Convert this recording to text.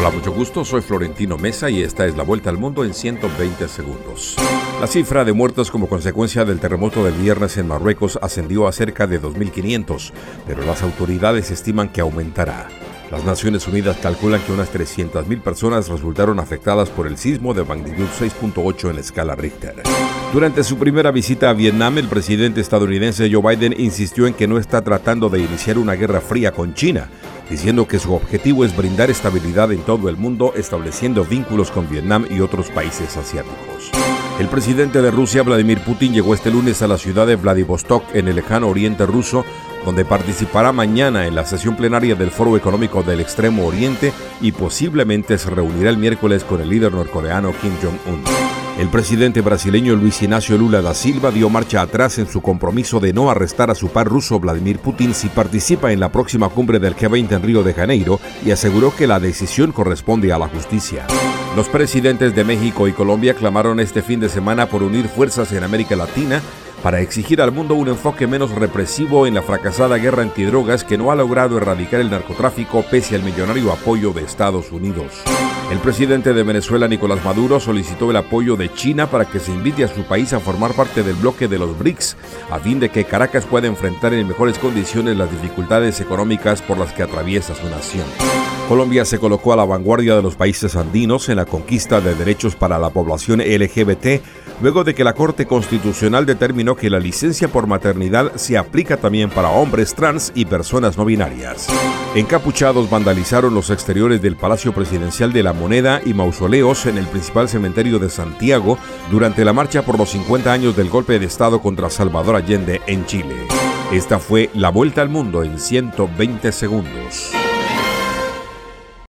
Hola, mucho gusto, soy Florentino Mesa y esta es la Vuelta al Mundo en 120 segundos. La cifra de muertos como consecuencia del terremoto del viernes en Marruecos ascendió a cerca de 2.500, pero las autoridades estiman que aumentará. Las Naciones Unidas calculan que unas 300.000 personas resultaron afectadas por el sismo de magnitud 6.8 en escala Richter. Durante su primera visita a Vietnam, el presidente estadounidense Joe Biden insistió en que no está tratando de iniciar una guerra fría con China, diciendo que su objetivo es brindar estabilidad en todo el mundo, estableciendo vínculos con Vietnam y otros países asiáticos. El presidente de Rusia, Vladimir Putin, llegó este lunes a la ciudad de Vladivostok, en el lejano oriente ruso, donde participará mañana en la sesión plenaria del Foro Económico del Extremo Oriente y posiblemente se reunirá el miércoles con el líder norcoreano Kim Jong-un. El presidente brasileño Luis Inácio Lula da Silva dio marcha atrás en su compromiso de no arrestar a su par ruso Vladimir Putin si participa en la próxima cumbre del G20 en Río de Janeiro y aseguró que la decisión corresponde a la justicia. Los presidentes de México y Colombia clamaron este fin de semana por unir fuerzas en América Latina para exigir al mundo un enfoque menos represivo en la fracasada guerra antidrogas que no ha logrado erradicar el narcotráfico pese al millonario apoyo de Estados Unidos. El presidente de Venezuela, Nicolás Maduro, solicitó el apoyo de China para que se invite a su país a formar parte del bloque de los BRICS, a fin de que Caracas pueda enfrentar en mejores condiciones las dificultades económicas por las que atraviesa su nación. Colombia se colocó a la vanguardia de los países andinos en la conquista de derechos para la población LGBT, luego de que la Corte Constitucional determinó que la licencia por maternidad se aplica también para hombres trans y personas no binarias. Encapuchados vandalizaron los exteriores del Palacio Presidencial de la Moneda y mausoleos en el principal cementerio de Santiago durante la marcha por los 50 años del golpe de Estado contra Salvador Allende en Chile. Esta fue la Vuelta al Mundo en 120 segundos.